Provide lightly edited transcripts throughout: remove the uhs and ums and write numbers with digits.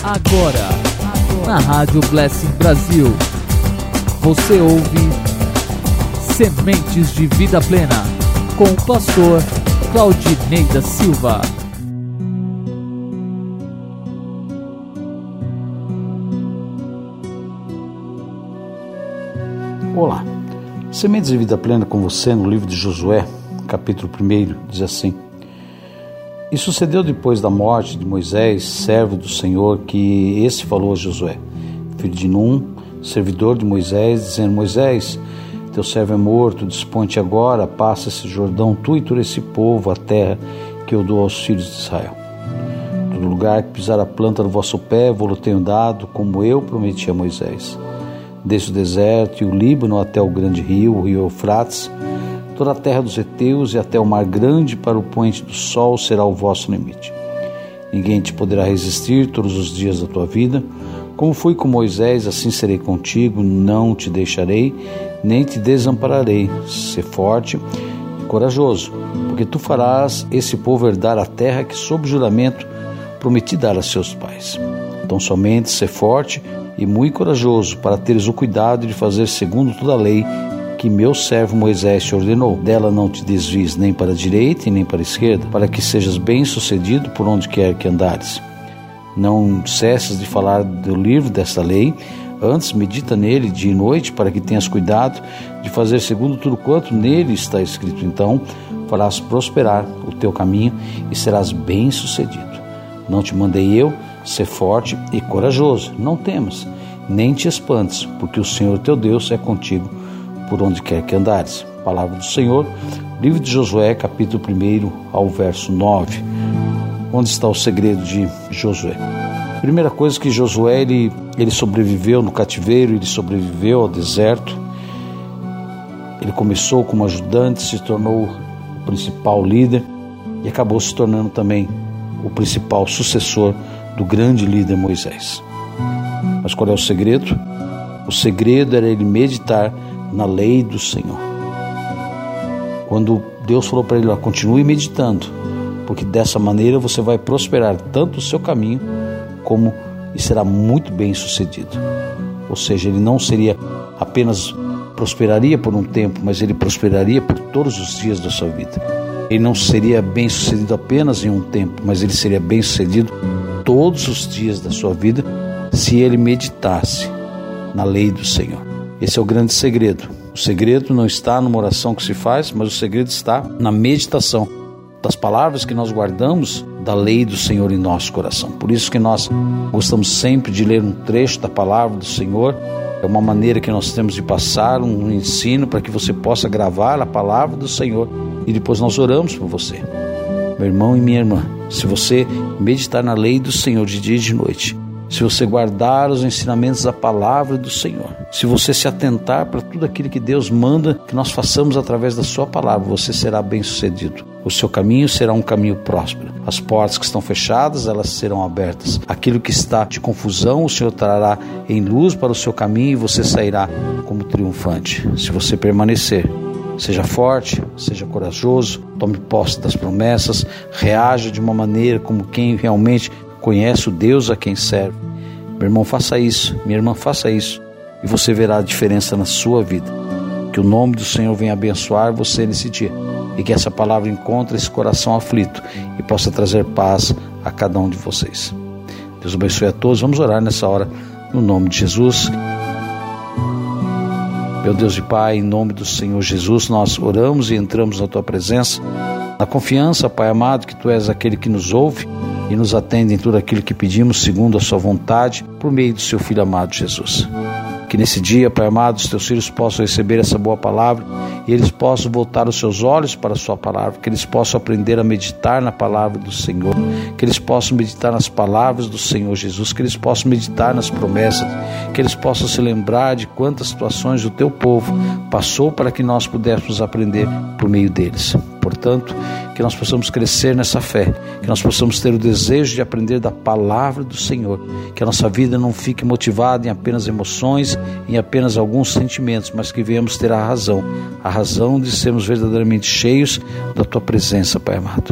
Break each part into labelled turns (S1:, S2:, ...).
S1: Agora, na Rádio Blessing Brasil, você ouve Sementes de Vida Plena, com o pastor Claudinei da Silva.
S2: Olá, Sementes de Vida Plena com você no livro de Josué, capítulo 1, diz assim: E sucedeu depois da morte de Moisés, servo do Senhor, que esse falou a Josué, filho de Num, servidor de Moisés, dizendo: Moisés, teu servo é morto, dispõe-te agora, passa esse Jordão, tu e todo esse povo, a terra que eu dou aos filhos de Israel. Todo lugar que pisar a planta do vosso pé, vou-lo tenho dado, como eu prometi a Moisés. Desde o deserto e o Líbano até o grande rio, o rio Eufrates, toda a terra dos heteus e até o mar grande para o poente do sol será o vosso limite. Ninguém te poderá resistir todos os dias da tua vida. Como fui com Moisés, assim serei contigo, não te deixarei, nem te desampararei. Sê forte e corajoso, porque tu farás esse povo herdar a terra que, sob juramento, prometi dar a seus pais. Então somente sê forte e muito corajoso, para teres o cuidado de fazer segundo toda a lei que meu servo Moisés te ordenou. Dela não te desvies nem para a direita e nem para a esquerda, para que sejas bem-sucedido por onde quer que andares. Não cesses de falar do livro desta lei, antes medita nele dia e noite, para que tenhas cuidado de fazer segundo tudo quanto nele está escrito. Então farás prosperar o teu caminho e serás bem-sucedido. Não te mandei eu? Sê forte e corajoso, não temas, nem te espantes, porque o Senhor teu Deus é contigo por onde quer que andares. Palavra do Senhor, livro de Josué, capítulo 1 ao verso 9. Onde está o segredo de Josué? Primeira coisa, que Josué ele sobreviveu no cativeiro, ele sobreviveu ao deserto. Ele começou como ajudante, se tornou o principal líder e acabou se tornando também o principal sucessor do grande líder Moisés. Mas qual é o segredo? O segredo era ele meditar na lei do Senhor. Quando Deus falou para ele: continue meditando, porque dessa maneira você vai prosperar tanto o seu caminho como e será muito bem sucedido. Ou seja, ele não seria apenas prosperaria por um tempo, mas ele prosperaria por todos os dias da sua vida. Ele não seria bem sucedido apenas em um tempo, mas ele seria bem sucedido todos os dias da sua vida, se ele meditasse na lei do Senhor. Esse é o grande segredo. O segredo não está numa oração que se faz, mas o segredo está na meditação das palavras que nós guardamos da lei do Senhor em nosso coração. Por isso que nós gostamos sempre de ler um trecho da palavra do Senhor. É uma maneira que nós temos de passar um ensino para que você possa gravar a palavra do Senhor e depois nós oramos por você. Meu irmão e minha irmã, se você meditar na lei do Senhor de dia e de noite, se você guardar os ensinamentos da palavra do Senhor, se você se atentar para tudo aquilo que Deus manda que nós façamos através da sua palavra, você será bem sucedido. O seu caminho será um caminho próspero. As portas que estão fechadas, elas serão abertas. Aquilo que está de confusão, o Senhor trará em luz para o seu caminho e você sairá como triunfante. Se você permanecer, seja forte, seja corajoso, tome posse das promessas, reaja de uma maneira como quem realmente conhece o Deus a quem serve. Meu irmão, faça isso, minha irmã, faça isso, e você verá a diferença na sua vida. Que o nome do Senhor venha abençoar você nesse dia, e que essa palavra encontre esse coração aflito e possa trazer paz a cada um de vocês. Deus abençoe a todos. Vamos orar nessa hora, no nome de Jesus. Meu Deus e Pai, em nome do Senhor Jesus, nós oramos e entramos na Tua presença, na confiança, Pai amado, que Tu és aquele que nos ouve e nos atende em tudo aquilo que pedimos, segundo a Sua vontade, por meio do Seu Filho amado Jesus. Que nesse dia, Pai amado, os Teus filhos possam receber essa boa palavra e eles possam voltar os seus olhos para a Sua palavra, que eles possam aprender a meditar na palavra do Senhor, que eles possam meditar nas palavras do Senhor Jesus, que eles possam meditar nas promessas, que eles possam se lembrar de quantas situações o Teu povo passou para que nós pudéssemos aprender por meio deles. Portanto, que nós possamos crescer nessa fé, que nós possamos ter o desejo de aprender da palavra do Senhor, que a nossa vida não fique motivada em apenas emoções, em apenas alguns sentimentos, mas que venhamos ter a razão de sermos verdadeiramente cheios da Tua presença, Pai amado.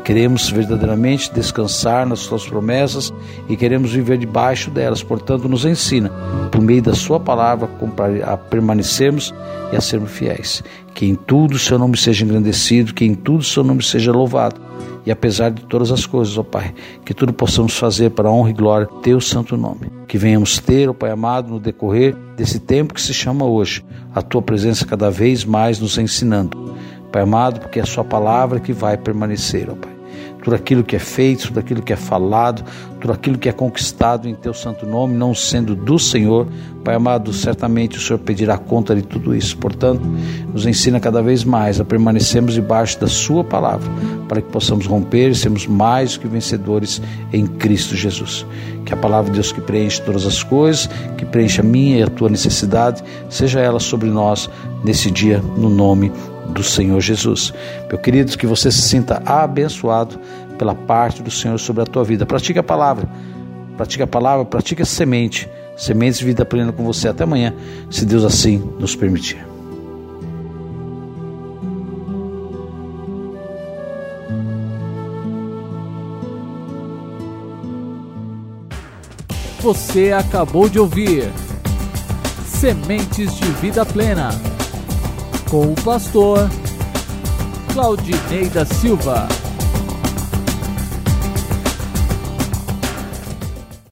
S2: Queremos verdadeiramente descansar nas Tuas promessas e queremos viver debaixo delas. Portanto, nos ensina, por meio da Sua palavra, a permanecermos e a sermos fiéis. Que em tudo o Seu nome seja engrandecido, que em tudo o Seu nome seja louvado. E apesar de todas as coisas, ó Pai, que tudo possamos fazer para a honra e glória do Teu santo nome. Que venhamos ter, ó Pai amado, no decorrer desse tempo que se chama hoje, a Tua presença cada vez mais nos ensinando. Pai amado, porque é a Sua palavra que vai permanecer, ó Pai. Tudo aquilo que é feito, tudo aquilo que é falado, tudo aquilo que é conquistado em Teu santo nome, não sendo do Senhor, Pai amado, certamente o Senhor pedirá conta de tudo isso. Portanto, nos ensina cada vez mais a permanecermos debaixo da Sua palavra, para que possamos romper e sermos mais do que vencedores em Cristo Jesus. Que a palavra de Deus que preenche todas as coisas, que preenche a minha e a tua necessidade, seja ela sobre nós nesse dia, no nome do Senhor Jesus. Meu querido, que você se sinta abençoado pela parte do Senhor sobre a tua vida. Pratique a palavra, pratique a semente, sementes de vida plena com você. Até amanhã, se Deus assim nos permitir.
S1: Você acabou de ouvir Sementes de Vida Plena, com o pastor Claudinei da Silva.